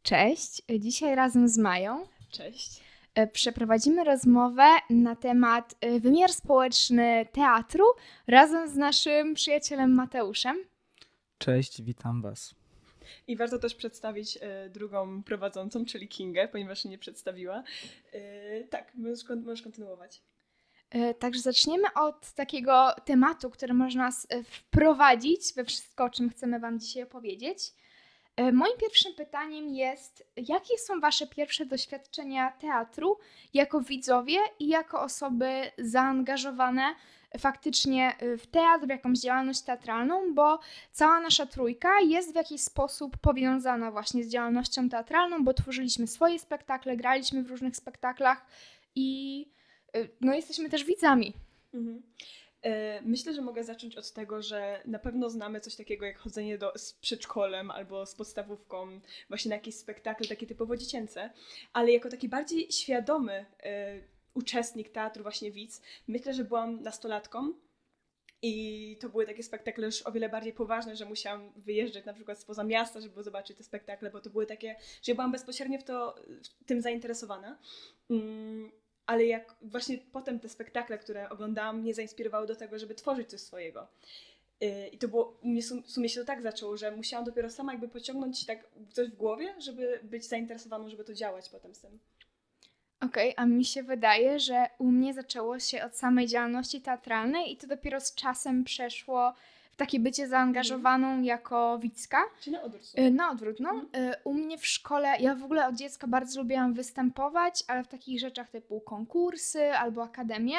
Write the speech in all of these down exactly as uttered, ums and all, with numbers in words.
Cześć, dzisiaj razem z Mają Cześć. przeprowadzimy rozmowę na temat wymiar społeczny teatru razem z naszym przyjacielem Mateuszem. Cześć, witam Was. I warto też przedstawić e, drugą prowadzącą, czyli Kingę, ponieważ się nie przedstawiła. E, tak, możesz, możesz kontynuować. Także zaczniemy od takiego tematu, który może nas wprowadzić we wszystko, o czym chcemy Wam dzisiaj opowiedzieć. Moim pierwszym pytaniem jest, jakie są Wasze pierwsze doświadczenia teatru jako widzowie i jako osoby zaangażowane faktycznie w teatr, w jakąś działalność teatralną, bo cała nasza trójka jest w jakiś sposób powiązana właśnie z działalnością teatralną, bo tworzyliśmy swoje spektakle, graliśmy w różnych spektaklach i no, jesteśmy też widzami. Mhm. Myślę, że mogę zacząć od tego, że na pewno znamy coś takiego jak chodzenie do, z przedszkolem albo z podstawówką, właśnie na jakieś spektakle takie typowo dziecięce, ale jako taki bardziej świadomy y, uczestnik teatru, właśnie widz, myślę, że byłam nastolatką i to były takie spektakle już o wiele bardziej poważne, że musiałam wyjeżdżać na przykład spoza miasta, żeby zobaczyć te spektakle, bo to były takie, że ja byłam bezpośrednio w to, w tym zainteresowana. Mm. Ale jak właśnie potem te spektakle, które oglądałam, mnie zainspirowały do tego, żeby tworzyć coś swojego. Yy, I to było, u mnie w sumie się to tak zaczęło, że musiałam dopiero sama jakby pociągnąć tak coś w głowie, żeby być zainteresowaną, żeby to działać potem z tym. Okej, okay, a mi się wydaje, że u mnie zaczęło się od samej działalności teatralnej i to dopiero z czasem przeszło w takie bycie zaangażowaną mm. jako widzka. Czyli na odwrót. Na odwrót, no. Mm. U mnie w szkole, ja w ogóle od dziecka bardzo lubiłam występować, ale w takich rzeczach typu konkursy albo akademie.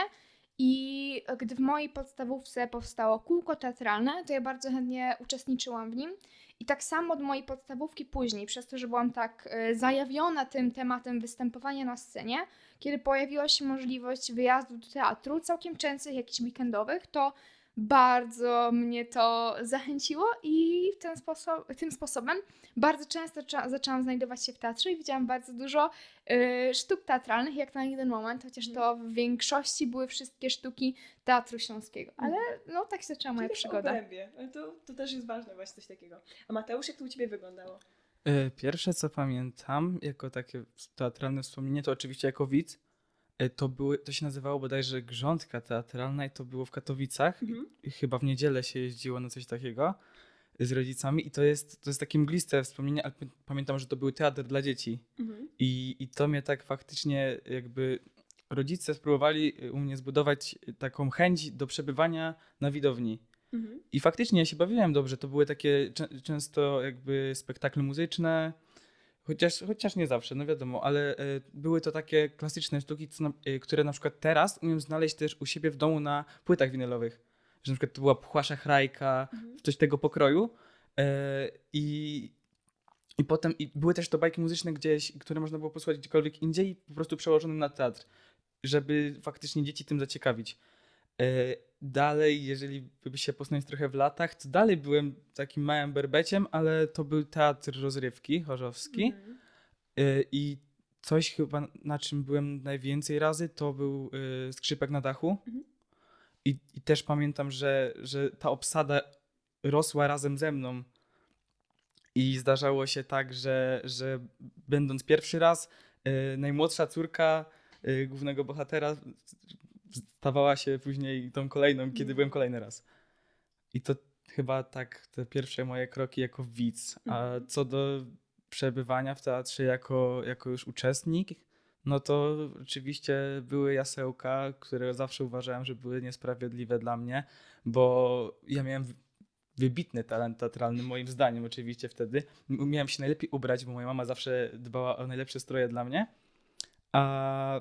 I gdy w mojej podstawówce powstało kółko teatralne, to ja bardzo chętnie uczestniczyłam w nim. I tak samo od mojej podstawówki później, przez to, że byłam tak zajawiona tym tematem występowania na scenie, kiedy pojawiła się możliwość wyjazdu do teatru, całkiem częstych, jakichś weekendowych, to bardzo mnie to zachęciło i w ten sposób, tym sposobem bardzo często cza- zaczęłam znajdować się w teatrze i widziałam bardzo dużo y, sztuk teatralnych jak na jeden moment, chociaż to w większości były wszystkie sztuki Teatru Śląskiego, ale no tak się zaczęła moja Czyli przygoda. Obrębie. To, to też jest ważne właśnie coś takiego. A Mateusz, jak to u Ciebie wyglądało? Pierwsze co pamiętam jako takie teatralne wspomnienie to oczywiście jako widz. To, były, to się nazywało bodajże Grządka Teatralna i to było w Katowicach. Mhm. I chyba w niedzielę się jeździło na coś takiego z rodzicami i to jest, to jest takie mgliste wspomnienie, ale pamiętam, że to był teatr dla dzieci. Mhm. I, I to mnie tak faktycznie jakby rodzice spróbowali u mnie zbudować taką chęć do przebywania na widowni. Mhm. I faktycznie ja się bawiłem dobrze. To były takie cze- często jakby spektakle muzyczne, Chociaż, chociaż nie zawsze, no wiadomo, ale y, były to takie klasyczne sztuki, co na, y, które na przykład teraz umiem znaleźć też u siebie w domu na płytach winylowych. Że na przykład to była Pchła Szachrajka, mhm. coś tego pokroju. Y, i, I potem i były też to bajki muzyczne gdzieś, które można było posłuchać gdziekolwiek indziej, po prostu przełożone na teatr, żeby faktycznie dzieci tym zaciekawić. Y, dalej, jeżeli by się posunąć trochę w latach, to dalej byłem takim małym berbeciem, ale to był teatr rozrywki chorzowski. Mhm. y, i coś chyba na czym byłem najwięcej razy to był y, Skrzypek na dachu. Mhm. I, i też pamiętam, że, że ta obsada rosła razem ze mną i zdarzało się tak, że, że będąc pierwszy raz y, najmłodsza córka y, głównego bohatera stawała się później tą kolejną, kiedy byłem kolejny raz. I to chyba tak te pierwsze moje kroki jako widz. A co do przebywania w teatrze jako, jako już uczestnik, no to oczywiście były jasełka, które zawsze uważałem, że były niesprawiedliwe dla mnie, bo ja miałem wybitny talent teatralny, moim zdaniem oczywiście wtedy. Umiałem się najlepiej ubrać, bo moja mama zawsze dbała o najlepsze stroje dla mnie. A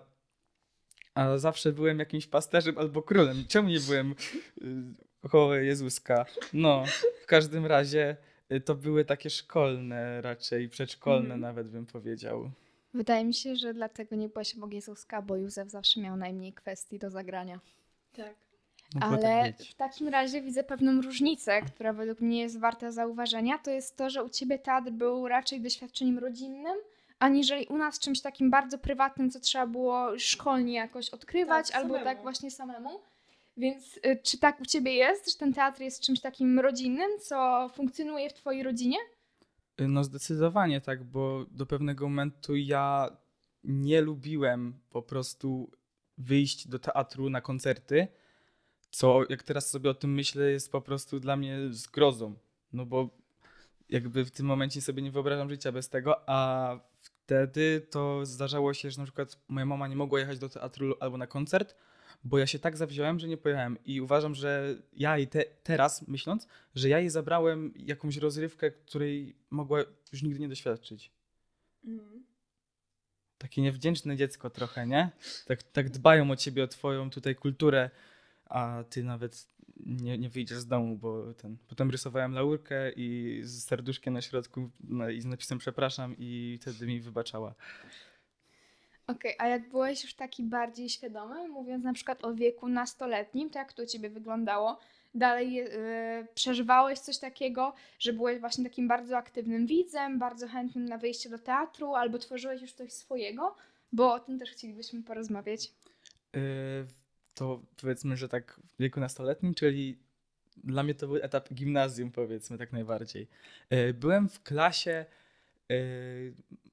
A zawsze byłem jakimś pasterzem albo królem. Czemu nie byłem y, koło Jezuska? No, w każdym razie y, to były takie szkolne raczej, przedszkolne mm. nawet bym powiedział. Wydaje mi się, że dlatego nie byłaś obok Jezuska, bo Józef zawsze miał najmniej kwestii do zagrania. Tak. Ale tak w takim razie widzę pewną różnicę, która według mnie jest warta zauważenia. To jest to, że u Ciebie teatr był raczej doświadczeniem rodzinnym, aniżeli u nas czymś takim bardzo prywatnym, co trzeba było szkolnie jakoś odkrywać, tak, albo samemu. Tak właśnie samemu. Więc y, czy tak u Ciebie jest, że ten teatr jest czymś takim rodzinnym, co funkcjonuje w Twojej rodzinie? No zdecydowanie tak, bo do pewnego momentu ja nie lubiłem po prostu wyjść do teatru na koncerty, co jak teraz sobie o tym myślę jest po prostu dla mnie zgrozą. No bo jakby w tym momencie sobie nie wyobrażam życia bez tego, a wtedy to zdarzało się, że na przykład moja mama nie mogła jechać do teatru albo na koncert, bo ja się tak zawziąłem, że nie pojechałem i uważam, że ja jej te, teraz myśląc, że ja jej zabrałem jakąś rozrywkę, której mogła już nigdy nie doświadczyć. Mhm. Takie niewdzięczne dziecko trochę, nie? Tak, tak dbają o ciebie, o twoją tutaj kulturę, a ty nawet nie, nie wyjdziesz z domu, bo ten... Potem rysowałem laurkę i z serduszkiem na środku no, i z napisem przepraszam i wtedy mi wybaczała. Okej, a jak byłeś już taki bardziej świadomy, mówiąc na przykład o wieku nastoletnim, to jak to u ciebie wyglądało? Dalej yy, przeżywałeś coś takiego, że byłeś właśnie takim bardzo aktywnym widzem, bardzo chętnym na wyjście do teatru, albo tworzyłeś już coś swojego? Bo o tym też chcielibyśmy porozmawiać. Yy, to powiedzmy, że tak w wieku nastoletnim, czyli dla mnie to był etap gimnazjum, powiedzmy tak najbardziej. Yy, byłem w klasie yy,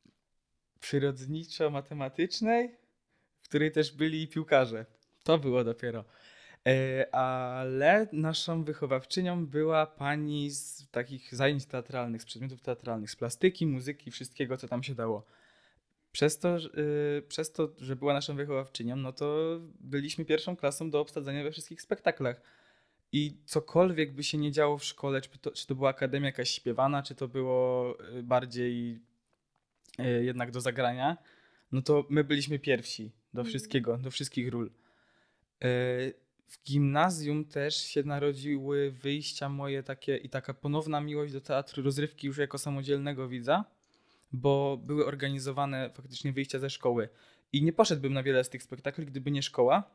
przyrodniczo-matematycznej, w której też byli piłkarze. To było dopiero. Yy, ale naszą wychowawczynią była pani z takich zajęć teatralnych, z przedmiotów teatralnych, z plastyki, muzyki, wszystkiego, co tam się dało. Przez to, że- yy, przez to, że była naszą wychowawczynią, no to byliśmy pierwszą klasą do obsadzenia we wszystkich spektaklach. I cokolwiek by się nie działo w szkole, czy to, czy to była akademia jakaś śpiewana, czy to było y, bardziej y, jednak do zagrania, no to my byliśmy pierwsi do Mhm. wszystkiego, do wszystkich ról. Y, W gimnazjum też się narodziły wyjścia moje takie i taka ponowna miłość do teatru rozrywki już jako samodzielnego widza, bo były organizowane faktycznie wyjścia ze szkoły. I nie poszedłbym na wiele z tych spektakli, gdyby nie szkoła.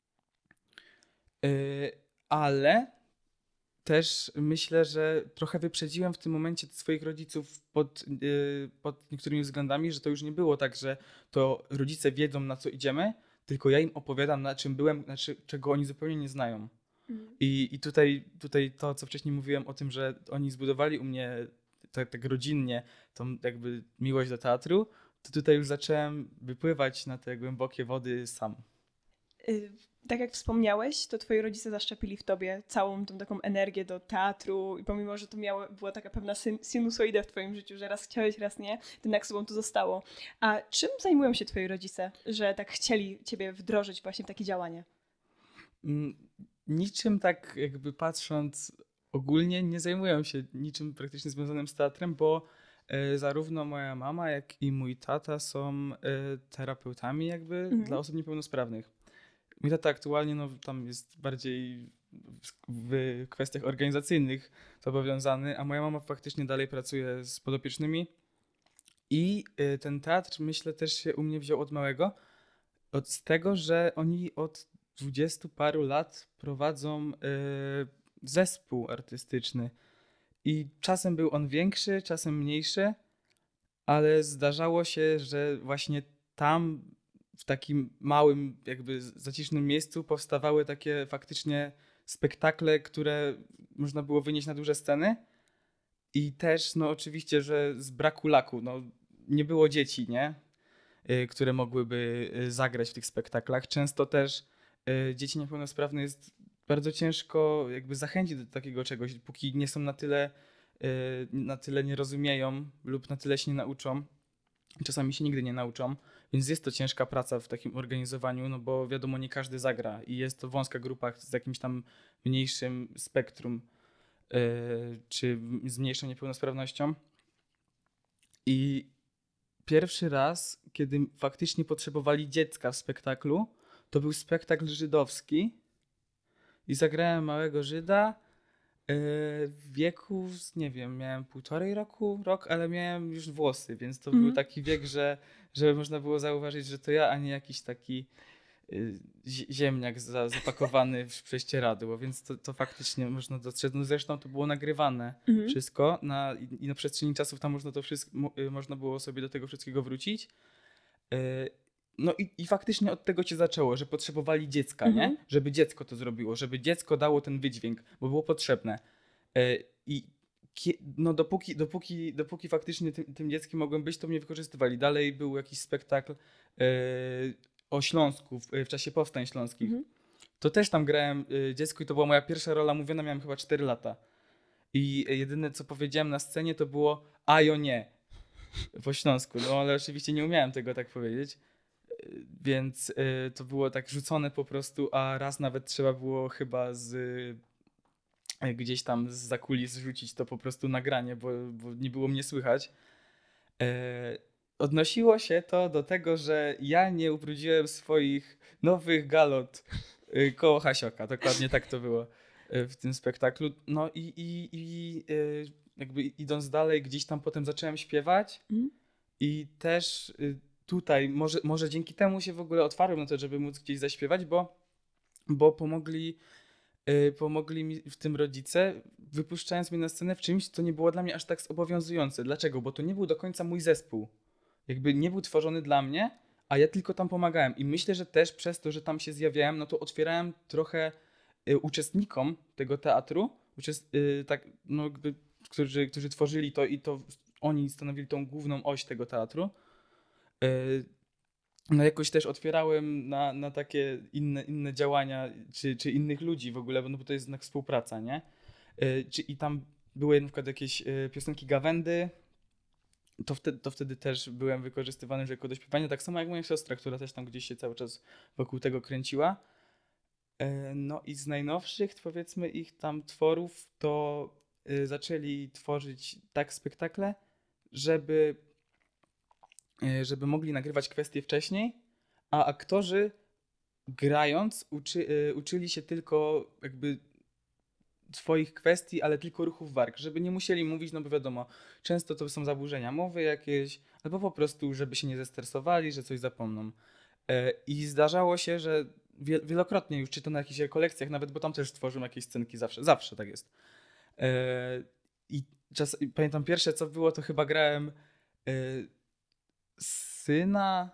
Y, Ale też myślę, że trochę wyprzedziłem w tym momencie swoich rodziców pod, y, pod niektórymi względami, że to już nie było tak, że to rodzice wiedzą, na co idziemy, tylko ja im opowiadam, na czym byłem, znaczy, czego oni zupełnie nie znają. Mhm. I, i tutaj, tutaj to, co wcześniej mówiłem o tym, że oni zbudowali u mnie tak, tak rodzinnie tą jakby miłość do teatru, to tutaj już zacząłem wypływać na te głębokie wody sam. Y, Tak jak wspomniałeś, to twoi rodzice zaszczepili w tobie całą tą taką energię do teatru i pomimo, że to miało, była taka pewna syn- sinusoida w twoim życiu, że raz chciałeś, raz nie, to jednak sobą to zostało. A czym zajmują się twoi rodzice, że tak chcieli ciebie wdrożyć właśnie w takie działanie? Mm, Niczym tak jakby patrząc ogólnie nie zajmują się niczym praktycznie związanym z teatrem, bo e, zarówno moja mama, jak i mój tata są e, terapeutami jakby Mhm. dla osób niepełnosprawnych. Mój tata aktualnie no, tam jest bardziej w, w kwestiach organizacyjnych zobowiązany, a moja mama faktycznie dalej pracuje z podopiecznymi. I e, ten teatr myślę też się u mnie wziął od małego, od z tego, że oni od dwudziestu paru lat prowadzą y, zespół artystyczny. I czasem był on większy, czasem mniejszy, ale zdarzało się, że właśnie tam w takim małym, jakby zacisznym miejscu powstawały takie faktycznie spektakle, które można było wynieść na duże sceny. I też, no oczywiście, że z braku laku, no nie było dzieci, nie? Y, które mogłyby y, zagrać w tych spektaklach. Często też y, dzieci niepełnosprawne jest bardzo ciężko jakby zachęcić do takiego czegoś, póki nie są na tyle, y, na tyle nie rozumieją lub na tyle się nie nauczą. Czasami się nigdy nie nauczą, więc jest to ciężka praca w takim organizowaniu, no bo wiadomo, nie każdy zagra i jest to wąska grupa z jakimś tam mniejszym spektrum y, czy z mniejszą niepełnosprawnością. I pierwszy raz, kiedy faktycznie potrzebowali dziecka w spektaklu, to był spektakl żydowski i zagrałem małego Żyda yy, w wieku, nie wiem, miałem półtorej roku, rok, ale miałem już włosy, więc to Mhm. był taki wiek, że, że można było zauważyć, że to ja, a nie jakiś taki yy, zi- ziemniak za, zapakowany w prześcieradło, więc to, to faktycznie można dostrzec. No zresztą to było nagrywane Mhm. wszystko na, i na przestrzeni czasów tam można to wszystko, mo- y, można było sobie do tego wszystkiego wrócić. Y, No i, i faktycznie od tego się zaczęło, że potrzebowali dziecka, Mhm. nie? Żeby dziecko to zrobiło, żeby dziecko dało ten wydźwięk, bo było potrzebne. Y, I kie- no dopóki, dopóki, dopóki faktycznie tym, tym dzieckiem mogłem być, to mnie wykorzystywali. Dalej był jakiś spektakl e, o Śląsku w, w czasie powstań śląskich. Mhm. To też tam grałem y, dziecko i to była moja pierwsza rola mówiona, miałem chyba cztery lata. I jedyne co powiedziałem na scenie to było ajo nie po śląsku, no ale oczywiście nie umiałem tego tak powiedzieć, Y, więc y, to było tak rzucone po prostu, a raz nawet trzeba było chyba z y, gdzieś tam z kulis rzucić to po prostu nagranie, bo, bo nie było mnie słychać. E, Odnosiło się to do tego, że ja nie ubrudziłem swoich nowych galot y, koło Hasioka. Dokładnie tak to było y, w tym spektaklu. No i, i, i y, jakby idąc dalej, gdzieś tam potem zacząłem śpiewać Mhm. i też y, tutaj może, może dzięki temu się w ogóle otwarłem na to, żeby móc gdzieś zaśpiewać, bo, bo pomogli, y, pomogli mi w tym rodzice, wypuszczając mnie na scenę w czymś, co nie było dla mnie aż tak zobowiązujące. Dlaczego? Bo to nie był do końca mój zespół. Jakby nie był tworzony dla mnie, a ja tylko tam pomagałem. I myślę, że też przez to, że tam się zjawiałem, no to otwierałem trochę y, uczestnikom tego teatru, uczest, y, tak, no, jakby, którzy, którzy tworzyli to i to oni stanowili tą główną oś tego teatru. Y, no jakoś też otwierałem na, na takie inne, inne działania, czy, czy innych ludzi w ogóle, bo, no, bo to jest jednak współpraca, nie? Y, czy, I tam były na przykład jakieś y, piosenki Gawędy, to wtedy, to wtedy też byłem wykorzystywany jako do śpiewania, tak samo jak moja siostra, która też tam gdzieś się cały czas wokół tego kręciła. E, No i z najnowszych, powiedzmy, ich tam tworów, to y, zaczęli tworzyć tak spektakle, żeby, y, żeby mogli nagrywać kwestie wcześniej, a aktorzy grając uczy, y, uczyli się tylko jakby swoich kwestii, ale tylko ruchów warg, żeby nie musieli mówić, no bo wiadomo, często to są zaburzenia mowy jakieś, albo po prostu, żeby się nie zestresowali, że coś zapomną. E, I zdarzało się, że wie- wielokrotnie już, czy to na jakichś rekolekcjach nawet, bo tam też tworzą jakieś scenki zawsze, zawsze tak jest. E, I czas, i pamiętam pierwsze co było, to chyba grałem e, syna,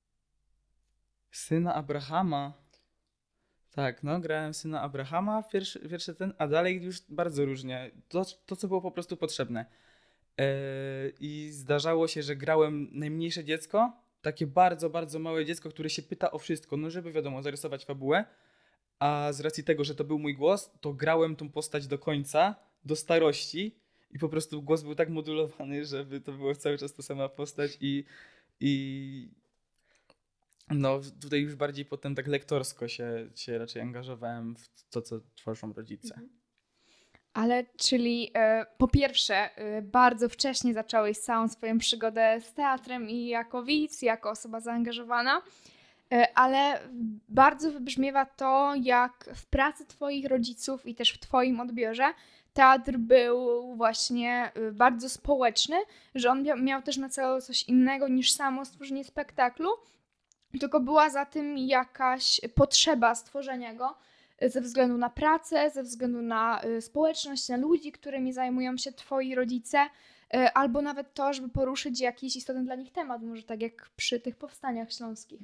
syna Abrahama. Tak, no, grałem syna Abrahama w pierwszy, pierwszy ten, a dalej już bardzo różnie. To, to co było po prostu potrzebne. Eee, I zdarzało się, że grałem najmniejsze dziecko, takie bardzo, bardzo małe dziecko, które się pyta o wszystko, no żeby wiadomo, zarysować fabułę, a z racji tego, że to był mój głos, to grałem tą postać do końca, do starości i po prostu głos był tak modulowany, żeby to było cały czas ta sama postać i, i no tutaj już bardziej potem tak lektorsko się, się raczej angażowałem w to, co tworzą rodzice. Ale czyli e, po pierwsze, e, bardzo wcześnie zacząłeś całą swoją przygodę z teatrem i jako widz, i jako osoba zaangażowana, e, ale bardzo wybrzmiewa to, jak w pracy twoich rodziców i też w twoim odbiorze teatr był właśnie e, bardzo społeczny, że on mia- miał też na celu coś innego niż samo stworzenie spektaklu, tylko była za tym jakaś potrzeba stworzenia go y, ze względu na pracę, ze względu na y, społeczność, na ludzi, którymi zajmują się twoi rodzice, y, albo nawet to, żeby poruszyć jakiś istotny dla nich temat, może tak jak przy tych powstaniach śląskich.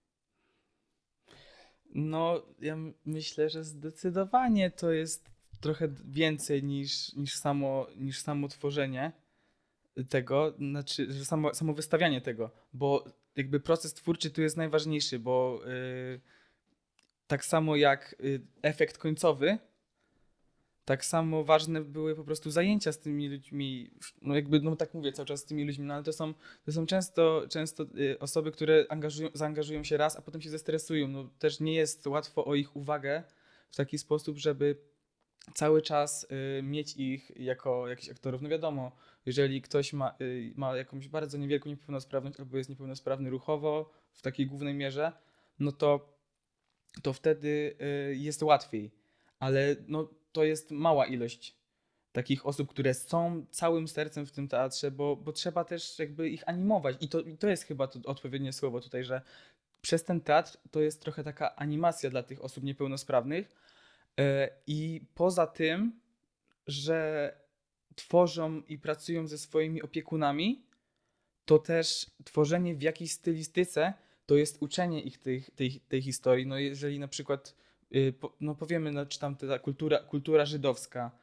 No, ja m- myślę, że zdecydowanie to jest trochę d- więcej niż, niż, samo, niż samo tworzenie tego, znaczy, że samo, samo wystawianie tego, bo jakby proces twórczy tu jest najważniejszy, bo y, tak samo jak y, efekt końcowy, tak samo ważne były po prostu zajęcia z tymi ludźmi, no jakby, no tak mówię cały czas z tymi ludźmi, no ale to są, to są często, często y, osoby, które angażują, zaangażują się raz, a potem się zestresują. No też nie jest łatwo o ich uwagę w taki sposób, żeby cały czas y, mieć ich jako jakichś aktorów. No wiadomo, jeżeli ktoś ma, y, ma jakąś bardzo niewielką niepełnosprawność albo jest niepełnosprawny ruchowo w takiej głównej mierze, no to, to wtedy y, jest łatwiej. Ale no, to jest mała ilość takich osób, które są całym sercem w tym teatrze, bo, bo trzeba też jakby ich animować. I to, i to jest chyba to odpowiednie słowo tutaj, że przez ten teatr to jest trochę taka animacja dla tych osób niepełnosprawnych. E, I poza tym, że tworzą i pracują ze swoimi opiekunami, to też tworzenie w jakiejś stylistyce to jest uczenie ich tej, tej, tej historii. No jeżeli na przykład y, po, no powiemy, no, czy tam ta kultura, kultura żydowska,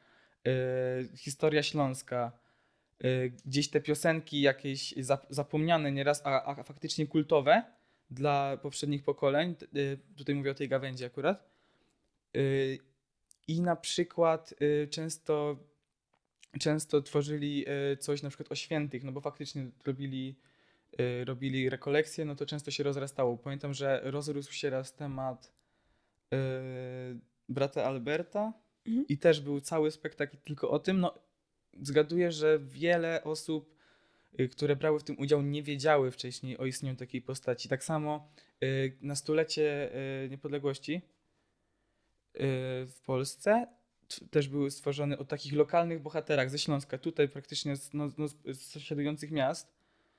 y, historia śląska, y, gdzieś te piosenki jakieś zap, zapomniane nieraz, a, a faktycznie kultowe dla poprzednich pokoleń. Y, tutaj mówię o tej gawędzi akurat. Y, I na przykład y, często, często tworzyli y, coś na przykład o świętych, no bo faktycznie robili, y, robili rekolekcje, no to często się rozrastało. Pamiętam, że rozrósł się raz temat y, brata Alberta Mhm. i też był cały spektakl tylko o tym. No, zgaduję, że wiele osób, y, które brały w tym udział, nie wiedziały wcześniej o istnieniu takiej postaci. Tak samo y, na stulecie y, niepodległości w Polsce t- też były stworzone o takich lokalnych bohaterach ze Śląska, tutaj praktycznie z, no, no, z sąsiadujących miast.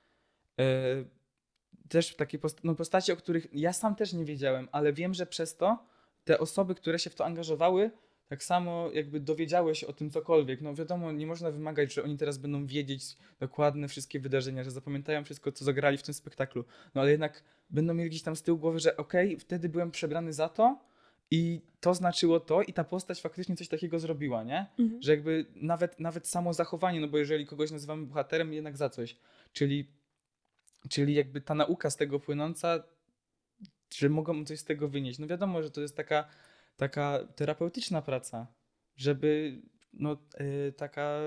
E, Też takie post- no, postacie, o których ja sam też nie wiedziałem, ale wiem, że przez to te osoby, które się w to angażowały, tak samo jakby dowiedziały się o tym cokolwiek. No wiadomo, nie można wymagać, że oni teraz będą wiedzieć dokładne wszystkie wydarzenia, że zapamiętają wszystko, co zagrali w tym spektaklu. No ale jednak będą mieli gdzieś tam z tyłu głowy, że okej, wtedy byłem przebrany za to i to znaczyło to i ta postać faktycznie coś takiego zrobiła, nie? Mhm. Że jakby nawet, nawet samo zachowanie, no bo jeżeli kogoś nazywamy bohaterem, jednak za coś. Czyli, czyli jakby ta nauka z tego płynąca, że mogą coś z tego wynieść. No wiadomo, że to jest taka, taka terapeutyczna praca, żeby no y, taka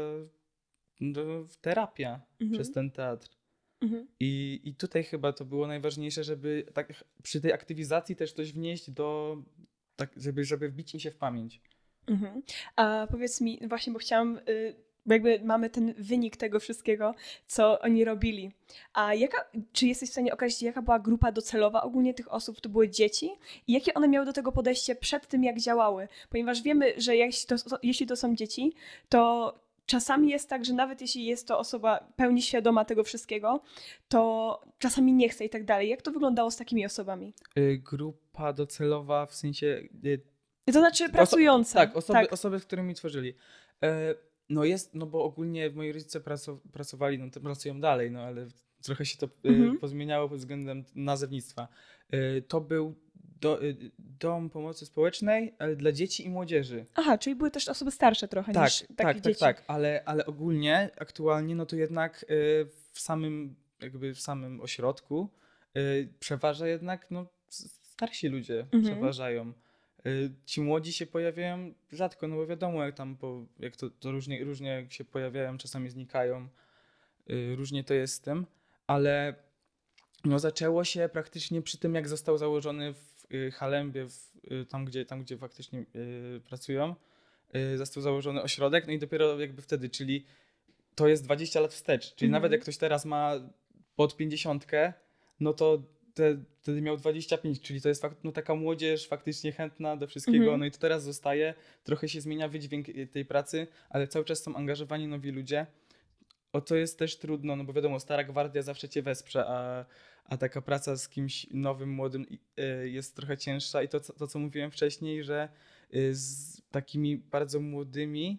no, terapia Mhm. przez ten teatr. Mhm. I, I tutaj chyba to było najważniejsze, żeby tak, przy tej aktywizacji też coś wnieść do, tak, żeby, żeby wbić im się w pamięć. Mhm. A powiedz mi, właśnie, bo chciałam, y, bo jakby mamy ten wynik tego wszystkiego, co oni robili. A jaka, czy jesteś w stanie określić, jaka była grupa docelowa ogólnie tych osób? To były dzieci? I jakie one miały do tego podejście przed tym, jak działały? Ponieważ wiemy, że jeśli to, jeśli to są dzieci, to czasami jest tak, że nawet jeśli jest to osoba pełni świadoma tego wszystkiego, to czasami nie chce i tak dalej. Jak to wyglądało z takimi osobami? Y, grupa docelowa w sensie... Y, To znaczy pracujące. tak, osoby, tak. osoby, z którymi tworzyli. E, no jest, no bo ogólnie moi rodzice praco, pracowali, no to pracują dalej, no ale trochę się to e, Mhm. pozmieniało pod względem nazewnictwa. E, to był do, e, dom pomocy społecznej, ale dla dzieci i młodzieży. Aha, czyli były też osoby starsze trochę Tak, niż takie tak, tak, dzieci. tak, ale, ale ogólnie, aktualnie, no to jednak e, w samym, jakby w samym ośrodku e, przeważa jednak, no s- starsi ludzie Mhm. przeważają. Y, Ci młodzi się pojawiają rzadko, no bo wiadomo, jak tam, po, jak to, to różnie, różnie się pojawiają, czasami znikają, y, różnie to jest z tym, ale no zaczęło się praktycznie przy tym, jak został założony w y, Halembie, w, y, tam, gdzie, tam gdzie faktycznie y, pracują, y, został założony ośrodek, no i dopiero jakby wtedy, czyli to jest dwadzieścia lat wstecz, czyli Mhm. nawet jak ktoś teraz ma pod pięćdziesiątkę, no to te, wtedy miał dwadzieścia pięć, czyli to jest fakt, no taka młodzież faktycznie chętna do wszystkiego, Mhm. no i to teraz zostaje, trochę się zmienia wydźwięk tej pracy, ale cały czas są angażowani nowi ludzie. O to jest też trudno, no bo wiadomo, stara gwardia zawsze cię wesprze, a, a taka praca z kimś nowym, młodym y, jest trochę cięższa i to, co- to co mówiłem wcześniej, że y, z takimi bardzo młodymi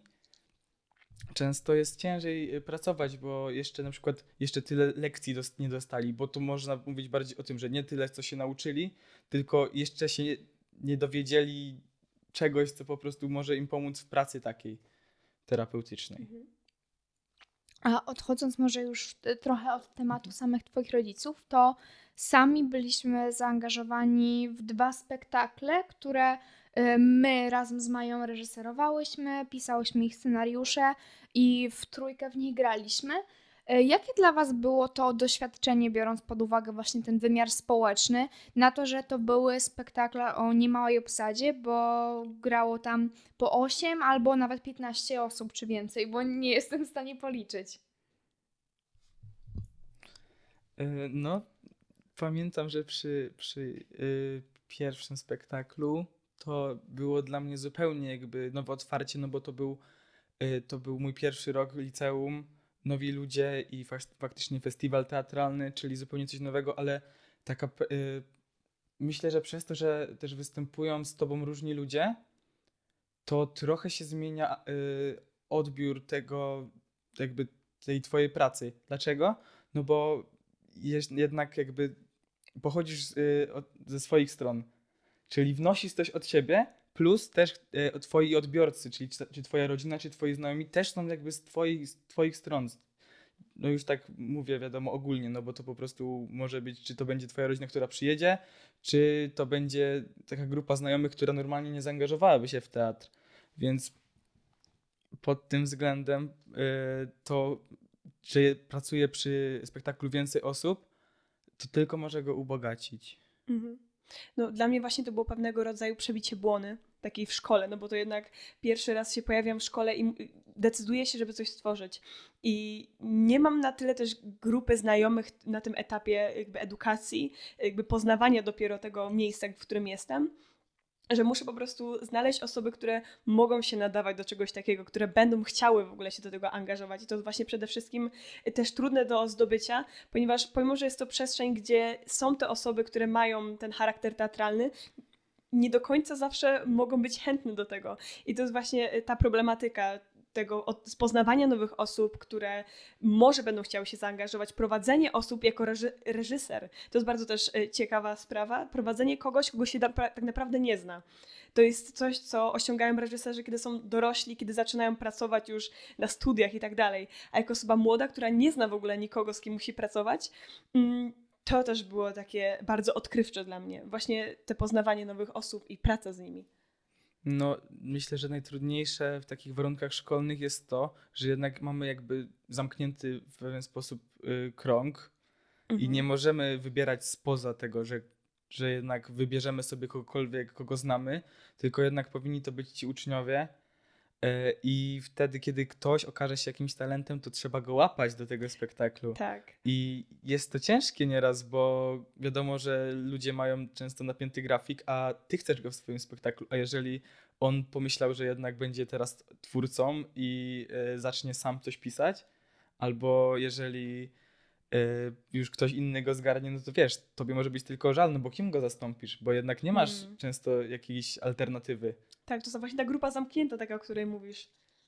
często jest ciężej y, pracować, bo jeszcze na przykład jeszcze tyle lekcji dos- nie dostali, bo tu można mówić bardziej o tym, że nie tyle, co się nauczyli, tylko jeszcze się nie, nie dowiedzieli czegoś, co po prostu może im pomóc w pracy takiej terapeutycznej. A odchodząc może już t- trochę od tematu samych twoich rodziców, to sami byliśmy zaangażowani w dwa spektakle, które y, my razem z Mają reżyserowałyśmy, pisałyśmy ich scenariusze i w trójkę w nich graliśmy. Y, Jakie dla was było to doświadczenie, biorąc pod uwagę właśnie ten wymiar społeczny, na to, że to były spektakle o niemałej obsadzie, bo grało tam po osiem albo nawet piętnaście osób czy więcej, bo nie jestem w stanie policzyć. Y, No, pamiętam, że przy, przy y, pierwszym spektaklu to było dla mnie zupełnie jakby nowe otwarcie, no bo to był, y, to był mój pierwszy rok liceum, nowi ludzie i fak- faktycznie festiwal teatralny, czyli zupełnie coś nowego, ale taka, p- y, myślę, że przez to, że też występują z tobą różni ludzie, to trochę się zmienia y, odbiór tego, jakby tej twojej pracy. Dlaczego? No bo jest, jednak jakby pochodzisz z, y, od, ze swoich stron, czyli wnosisz coś od siebie, plus też e, twoi odbiorcy, czyli czy, czy twoja rodzina, czy twoi znajomi też są jakby z twoich, z twoich stron. No już tak mówię, wiadomo, ogólnie, no bo to po prostu może być, czy to będzie twoja rodzina, która przyjedzie, czy to będzie taka grupa znajomych, która normalnie nie zaangażowałaby się w teatr. Więc pod tym względem y, to, że pracuje przy spektaklu więcej osób, to tylko może go ubogacić. Mhm. No, dla mnie właśnie to było pewnego rodzaju przebicie błony, takiej w szkole, no bo to jednak pierwszy raz się pojawiam w szkole i decyduję się, żeby coś stworzyć. I nie mam na tyle też grupy znajomych na tym etapie jakby edukacji, jakby poznawania dopiero tego miejsca, w którym jestem, że muszę po prostu znaleźć osoby, które mogą się nadawać do czegoś takiego, które będą chciały w ogóle się do tego angażować. I to jest właśnie przede wszystkim też trudne do zdobycia, ponieważ pomimo, że jest to przestrzeń, gdzie są te osoby, które mają ten charakter teatralny, nie do końca zawsze mogą być chętne do tego. I to jest właśnie ta problematyka tego od, poznawania nowych osób, które może będą chciały się zaangażować, prowadzenie osób jako reży, reżyser. To jest bardzo też ciekawa sprawa. Prowadzenie kogoś, kogo się da, tak naprawdę nie zna. To jest coś, co osiągają reżyserzy, kiedy są dorośli, kiedy zaczynają pracować już na studiach i tak dalej. A jako osoba młoda, która nie zna w ogóle nikogo, z kim musi pracować, mm, to też było takie bardzo odkrywcze dla mnie. Właśnie te poznawanie nowych osób i praca z nimi. No, myślę, że najtrudniejsze w takich warunkach szkolnych jest to, że jednak mamy jakby zamknięty w pewien sposób y, krąg mhm. i nie możemy wybierać spoza tego, że, że jednak wybierzemy sobie kogokolwiek, kogo znamy, tylko jednak powinni to być ci uczniowie. I wtedy, kiedy ktoś okaże się jakimś talentem, to trzeba go łapać do tego spektaklu. Tak. I jest to ciężkie nieraz, bo wiadomo, że ludzie mają często napięty grafik, a ty chcesz go w swoim spektaklu. A jeżeli on pomyślał, że jednak będzie teraz twórcą i y, zacznie sam coś pisać, albo jeżeli y, już ktoś inny go zgarnie, no to wiesz, tobie może być tylko żal, no bo kim go zastąpisz? Bo jednak nie masz mm. często jakiejś alternatywy. Tak, to jest właśnie ta grupa zamknięta, taka, o której mówisz.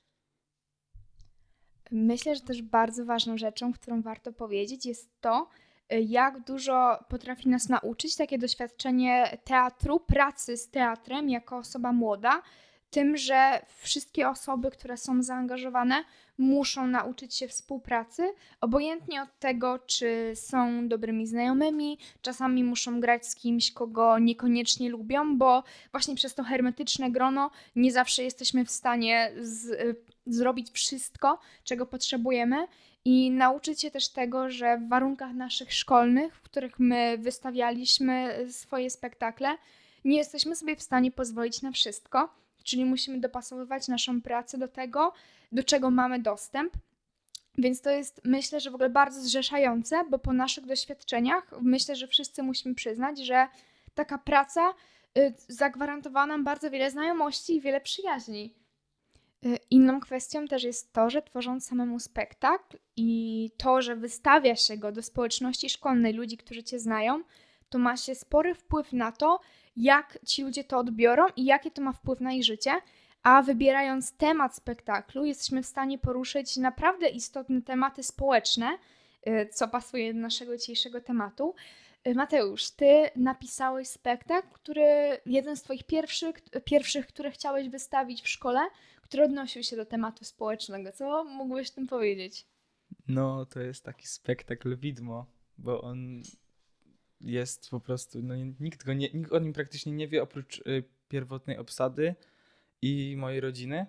Myślę, że też bardzo ważną rzeczą, którą warto powiedzieć, jest to, jak dużo potrafi nas nauczyć takie doświadczenie teatru, pracy z teatrem jako osoba młoda, tym, że wszystkie osoby, które są zaangażowane, muszą nauczyć się współpracy, obojętnie od tego, czy są dobrymi znajomymi, czasami muszą grać z kimś, kogo niekoniecznie lubią, bo właśnie przez to hermetyczne grono nie zawsze jesteśmy w stanie z, zrobić wszystko, czego potrzebujemy i nauczyć się też tego, że w warunkach naszych szkolnych, w których my wystawialiśmy swoje spektakle, nie jesteśmy sobie w stanie pozwolić na wszystko, czyli musimy dopasowywać naszą pracę do tego, do czego mamy dostęp. Więc to jest, myślę, że w ogóle bardzo zrzeszające, bo po naszych doświadczeniach myślę, że wszyscy musimy przyznać, że taka praca y, zagwarantowała nam bardzo wiele znajomości i wiele przyjaźni. Y, inną kwestią też jest to, że tworząc samemu spektakl i to, że wystawia się go do społeczności szkolnej ludzi, którzy cię znają, to ma się spory wpływ na to, jak ci ludzie to odbiorą i jaki to ma wpływ na ich życie, a wybierając temat spektaklu jesteśmy w stanie poruszyć naprawdę istotne tematy społeczne, co pasuje do naszego dzisiejszego tematu. Mateusz, ty napisałeś spektakl, który jeden z twoich pierwszych, pierwszych, które chciałeś wystawić w szkole, który odnosił się do tematu społecznego. Co mógłbyś o tym powiedzieć? No, to jest taki spektakl widmo, bo on jest po prostu, no nikt, go nie, nikt o nim praktycznie nie wie oprócz y, pierwotnej obsady i mojej rodziny,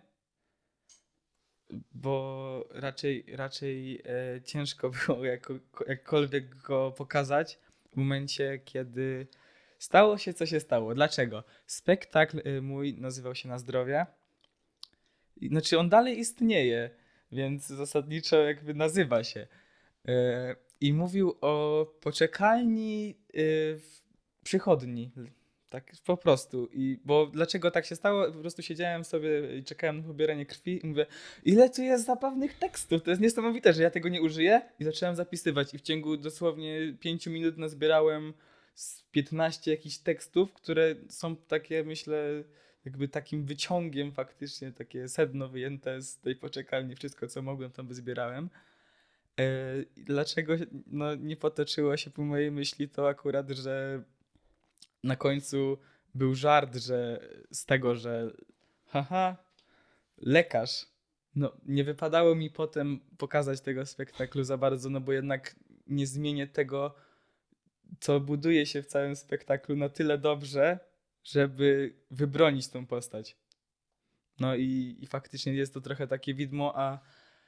bo raczej, raczej e, ciężko było jako, jakkolwiek go pokazać w momencie, kiedy stało się, co się stało. Dlaczego? Spektakl y, mój nazywał się Na zdrowie. Znaczy on dalej istnieje, więc zasadniczo jakby nazywa się. E, I mówił o poczekalni y, w przychodni. Tak po prostu. I bo dlaczego tak się stało? Po prostu siedziałem sobie i czekałem na pobieranie krwi i mówię, ile tu jest zabawnych tekstów, to jest niesamowite, że ja tego nie użyję. I zacząłem zapisywać i w ciągu dosłownie pięciu minut nazbierałem z piętnaście jakichś tekstów, które są takie, myślę, jakby takim wyciągiem faktycznie, takie sedno wyjęte z tej poczekalni, wszystko co mogłem tam wyzbierałem. Dlaczego no, nie potoczyło się po mojej myśli to akurat, że na końcu był żart, że z tego, że haha, lekarz. No, nie wypadało mi potem pokazać tego spektaklu za bardzo, no bo jednak nie zmienię tego, co buduje się w całym spektaklu na tyle dobrze, żeby wybronić tą postać. No i, i faktycznie jest to trochę takie widmo, a,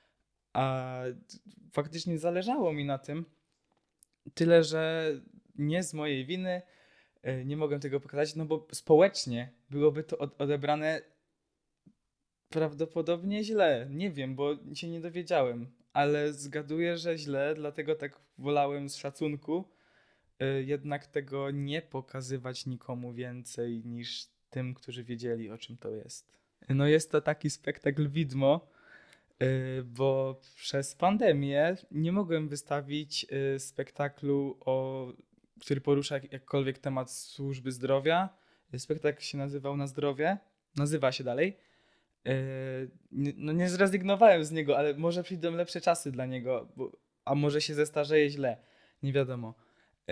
a faktycznie zależało mi na tym. Tyle, że nie z mojej winy e, nie mogłem tego pokazać, no bo społecznie byłoby to od- odebrane prawdopodobnie źle. Nie wiem, bo się nie dowiedziałem, ale zgaduję, że źle, dlatego tak wolałem z szacunku y, jednak tego nie pokazywać nikomu więcej niż tym, którzy wiedzieli, o czym to jest. No jest to taki spektakl widmo, y, bo przez pandemię nie mogłem wystawić y, spektaklu, o, który porusza jak- jakkolwiek temat służby zdrowia. Spektakl się nazywał Na zdrowie, nazywa się dalej. Yy, nie- no nie zrezygnowałem z niego, ale może przyjdą lepsze czasy dla niego, bo, a może się zestarzeje źle, nie wiadomo. Yy,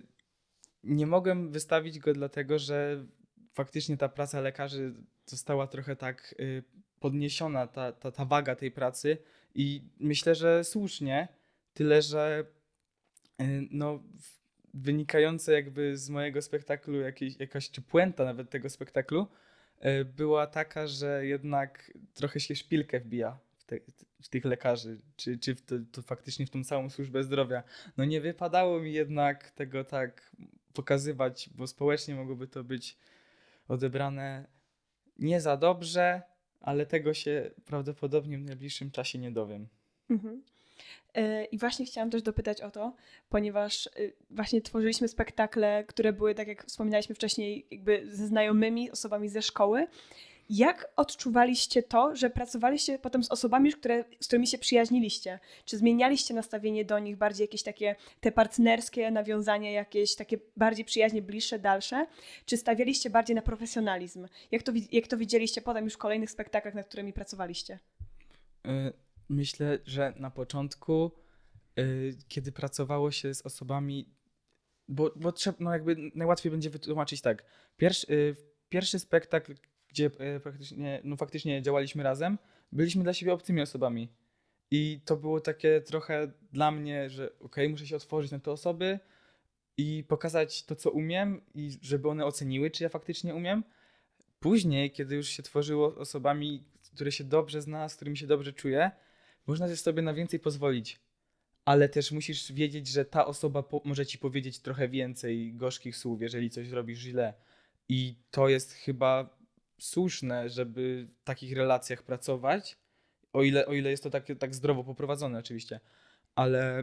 nie mogłem wystawić go dlatego, że faktycznie ta praca lekarzy została trochę tak yy, podniesiona, ta, ta, ta waga tej pracy i myślę, że słusznie, tyle że yy, no, w- wynikające jakby z mojego spektaklu jakieś, jakaś czy puenta nawet tego spektaklu e, była taka, że jednak trochę się szpilkę wbija w, te, w tych lekarzy, czy, czy w to, to faktycznie w tą całą służbę zdrowia. No nie wypadało mi jednak tego tak pokazywać, bo społecznie mogłoby to być odebrane nie za dobrze, ale tego się prawdopodobnie w najbliższym czasie nie dowiem. Mhm. E, I właśnie chciałam też dopytać o to, ponieważ e, właśnie tworzyliśmy spektakle, które były, tak jak wspominaliśmy wcześniej, jakby ze znajomymi, osobami ze szkoły. Jak odczuwaliście to, że pracowaliście potem z osobami, które, z którymi się przyjaźniliście? Czy zmienialiście nastawienie do nich, bardziej jakieś takie te partnerskie nawiązania, jakieś takie bardziej przyjaźnie, bliższe, dalsze? Czy stawialiście bardziej na profesjonalizm? Jak to, wi- jak to widzieliście potem już w kolejnych spektaklach, nad którymi pracowaliście? Y, Myślę, że na początku, y, kiedy pracowało się z osobami, bo, bo trzeba, no jakby najłatwiej będzie wytłumaczyć tak. Pierwszy, y, pierwszy spektakl, gdzie y, praktycznie, no faktycznie działaliśmy razem, byliśmy dla siebie obcymi osobami. I to było takie trochę dla mnie, że okej, muszę się otworzyć na te osoby i pokazać to, co umiem i żeby one oceniły, czy ja faktycznie umiem. Później, kiedy już się tworzyło osobami, które się dobrze zna, z którymi się dobrze czuje, można też sobie na więcej pozwolić. Ale też musisz wiedzieć, że ta osoba po- może ci powiedzieć trochę więcej gorzkich słów, jeżeli coś zrobisz źle. I to jest chyba słuszne, żeby w takich relacjach pracować, o ile, o ile jest to tak, tak zdrowo poprowadzone oczywiście. Ale,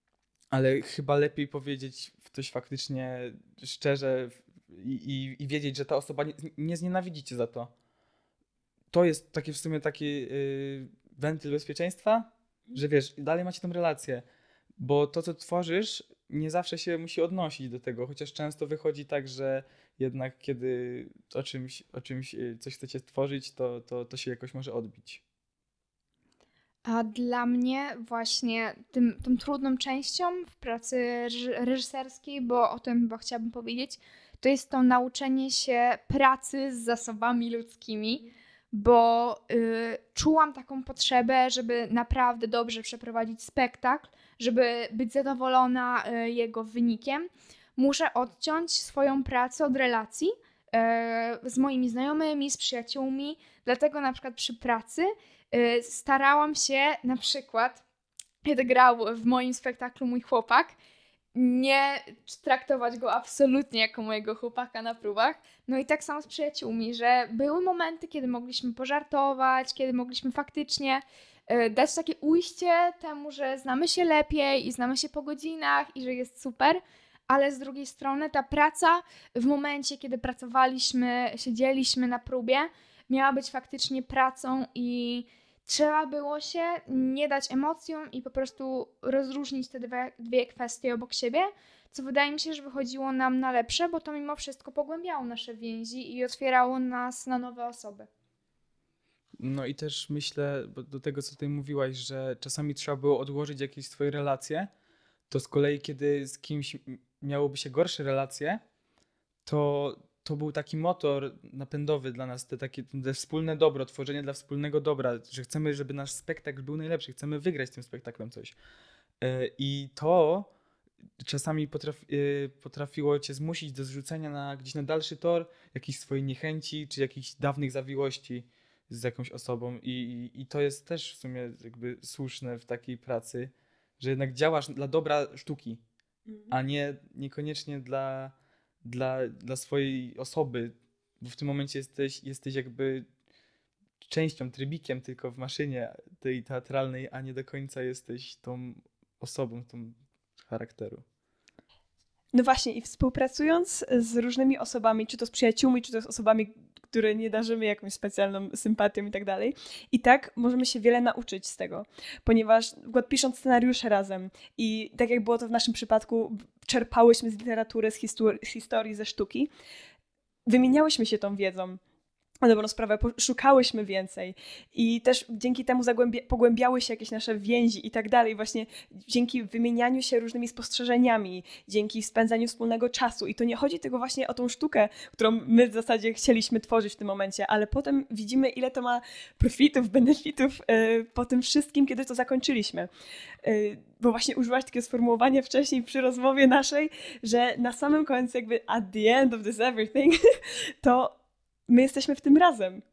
ale chyba lepiej powiedzieć coś faktycznie szczerze i, i, i wiedzieć, że ta osoba nie, nie znienawidzi cię za to. To jest taki w sumie taki yy, wentyl bezpieczeństwa, że wiesz, dalej macie tę relację, bo to, co tworzysz, nie zawsze się musi odnosić do tego, chociaż często wychodzi tak, że jednak kiedy o czymś, o czymś yy, coś chcecie stworzyć, to, to, to się jakoś może odbić. A dla mnie właśnie tym, tą trudną częścią w pracy reż- reżyserskiej, bo o tym chyba chciałabym powiedzieć, to jest to nauczenie się pracy z zasobami ludzkimi, bo y, czułam taką potrzebę, żeby naprawdę dobrze przeprowadzić spektakl, żeby być zadowolona y, jego wynikiem. Muszę odciąć swoją pracę od relacji y, z moimi znajomymi, z przyjaciółmi, dlatego na przykład przy pracy y, starałam się na przykład, kiedy grał w moim spektaklu mój chłopak, nie traktować go absolutnie jako mojego chłopaka na próbach. No i tak samo z przyjaciółmi, że były momenty, kiedy mogliśmy pożartować, kiedy mogliśmy faktycznie y, dać takie ujście temu, że znamy się lepiej i znamy się po godzinach i że jest super, ale z drugiej strony ta praca w momencie, kiedy pracowaliśmy, siedzieliśmy na próbie, miała być faktycznie pracą i trzeba było się nie dać emocjom i po prostu rozróżnić te dwie, dwie kwestie obok siebie, co wydaje mi się, że wychodziło nam na lepsze, bo to mimo wszystko pogłębiało nasze więzi i otwierało nas na nowe osoby. No i też myślę, bo do tego, co tutaj mówiłaś, że czasami trzeba było odłożyć jakieś swoje relacje, to z kolei, kiedy z kimś m- miałoby się gorsze relacje, to to był taki motor napędowy dla nas, te takie te wspólne dobro, tworzenie dla wspólnego dobra, że chcemy, żeby nasz spektakl był najlepszy, chcemy wygrać tym spektaklem coś. I to czasami potrafi, potrafiło cię zmusić do zrzucenia na, gdzieś na dalszy tor jakiejś swojej niechęci, czy jakichś dawnych zawiłości z jakąś osobą. I, i, i to jest też w sumie jakby słuszne w takiej pracy, że jednak działasz dla dobra sztuki, mhm. a nie niekoniecznie dla, dla, dla swojej osoby, bo w tym momencie jesteś, jesteś jakby częścią, trybikiem tylko w maszynie tej teatralnej, a nie do końca jesteś tą osobą, tą charakteru. No właśnie i współpracując z różnymi osobami, czy to z przyjaciółmi, czy to z osobami, które nie darzymy jakąś specjalną sympatią i tak dalej, i tak możemy się wiele nauczyć z tego, ponieważ pisząc scenariusze razem i tak jak było to w naszym przypadku, czerpałyśmy z literatury, z, histor- z historii, ze sztuki, wymieniałyśmy się tą wiedzą. Na dobrą sprawę, szukałyśmy więcej i też dzięki temu zagłębia- pogłębiały się jakieś nasze więzi i tak dalej, właśnie dzięki wymienianiu się różnymi spostrzeżeniami, dzięki spędzaniu wspólnego czasu i to nie chodzi tylko właśnie o tą sztukę, którą my w zasadzie chcieliśmy tworzyć w tym momencie, ale potem widzimy, ile to ma profitów, benefitów yy, po tym wszystkim, kiedy to zakończyliśmy. Yy, bo właśnie użyłaś takiego sformułowania wcześniej przy rozmowie naszej, że na samym końcu jakby at the end of this everything, to my jesteśmy w tym razem.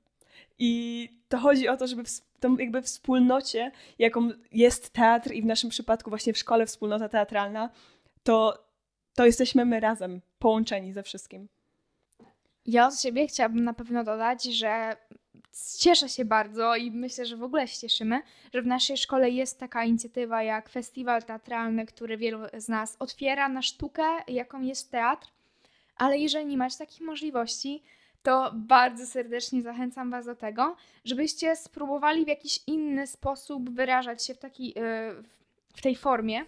I to chodzi o to, żeby w tą jakby wspólnocie, jaką jest teatr i w naszym przypadku właśnie w szkole wspólnota teatralna, to, to jesteśmy my razem, połączeni ze wszystkim. Ja od siebie chciałabym na pewno dodać, że cieszę się bardzo i myślę, że w ogóle się cieszymy, że w naszej szkole jest taka inicjatywa jak festiwal teatralny, który wielu z nas otwiera na sztukę, jaką jest teatr, ale jeżeli nie macie takich możliwości, to bardzo serdecznie zachęcam was do tego, żebyście spróbowali w jakiś inny sposób wyrażać się w, taki, w tej formie.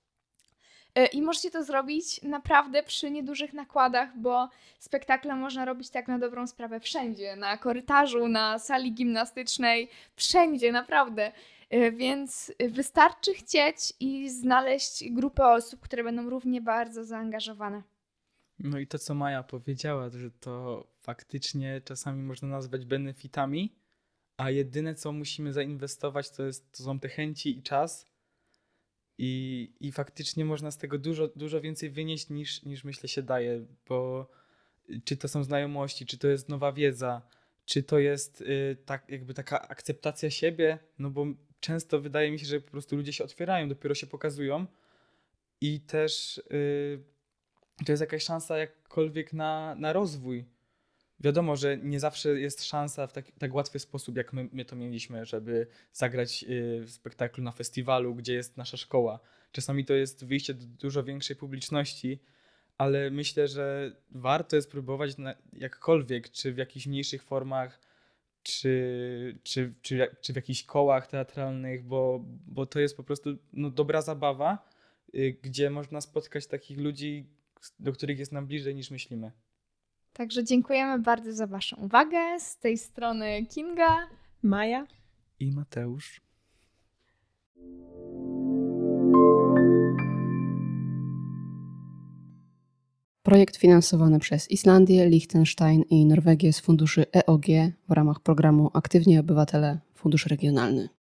I możecie to zrobić naprawdę przy niedużych nakładach, bo spektakle można robić tak na dobrą sprawę wszędzie, na korytarzu, na sali gimnastycznej, wszędzie, naprawdę. Więc wystarczy chcieć i znaleźć grupę osób, które będą równie bardzo zaangażowane. No i to, co Maja powiedziała, że to faktycznie czasami można nazwać benefitami, a jedyne, co musimy zainwestować, to, jest, to są te chęci i czas i, i faktycznie można z tego dużo, dużo więcej wynieść niż, niż myślę się daje, bo czy to są znajomości, czy to jest nowa wiedza, czy to jest y, tak, jakby taka akceptacja siebie, no bo często wydaje mi się, że po prostu ludzie się otwierają, dopiero się pokazują i też y, to jest jakaś szansa jakkolwiek na, na rozwój. Wiadomo, że nie zawsze jest szansa w tak, tak łatwy sposób, jak my, my to mieliśmy, żeby zagrać w spektaklu na festiwalu, gdzie jest nasza szkoła. Czasami to jest wyjście do dużo większej publiczności, ale myślę, że warto jest próbować na, jakkolwiek, czy w jakichś mniejszych formach, czy, czy, czy, czy w jakichś kołach teatralnych, bo, bo to jest po prostu no, dobra zabawa, y, gdzie można spotkać takich ludzi, do których jest nam bliżej niż myślimy. Także dziękujemy bardzo za waszą uwagę. Z tej strony Kinga, Maja i Mateusz. Projekt finansowany przez Islandię, Liechtenstein i Norwegię z funduszy E O G w ramach programu Aktywni Obywatele Fundusz Regionalny.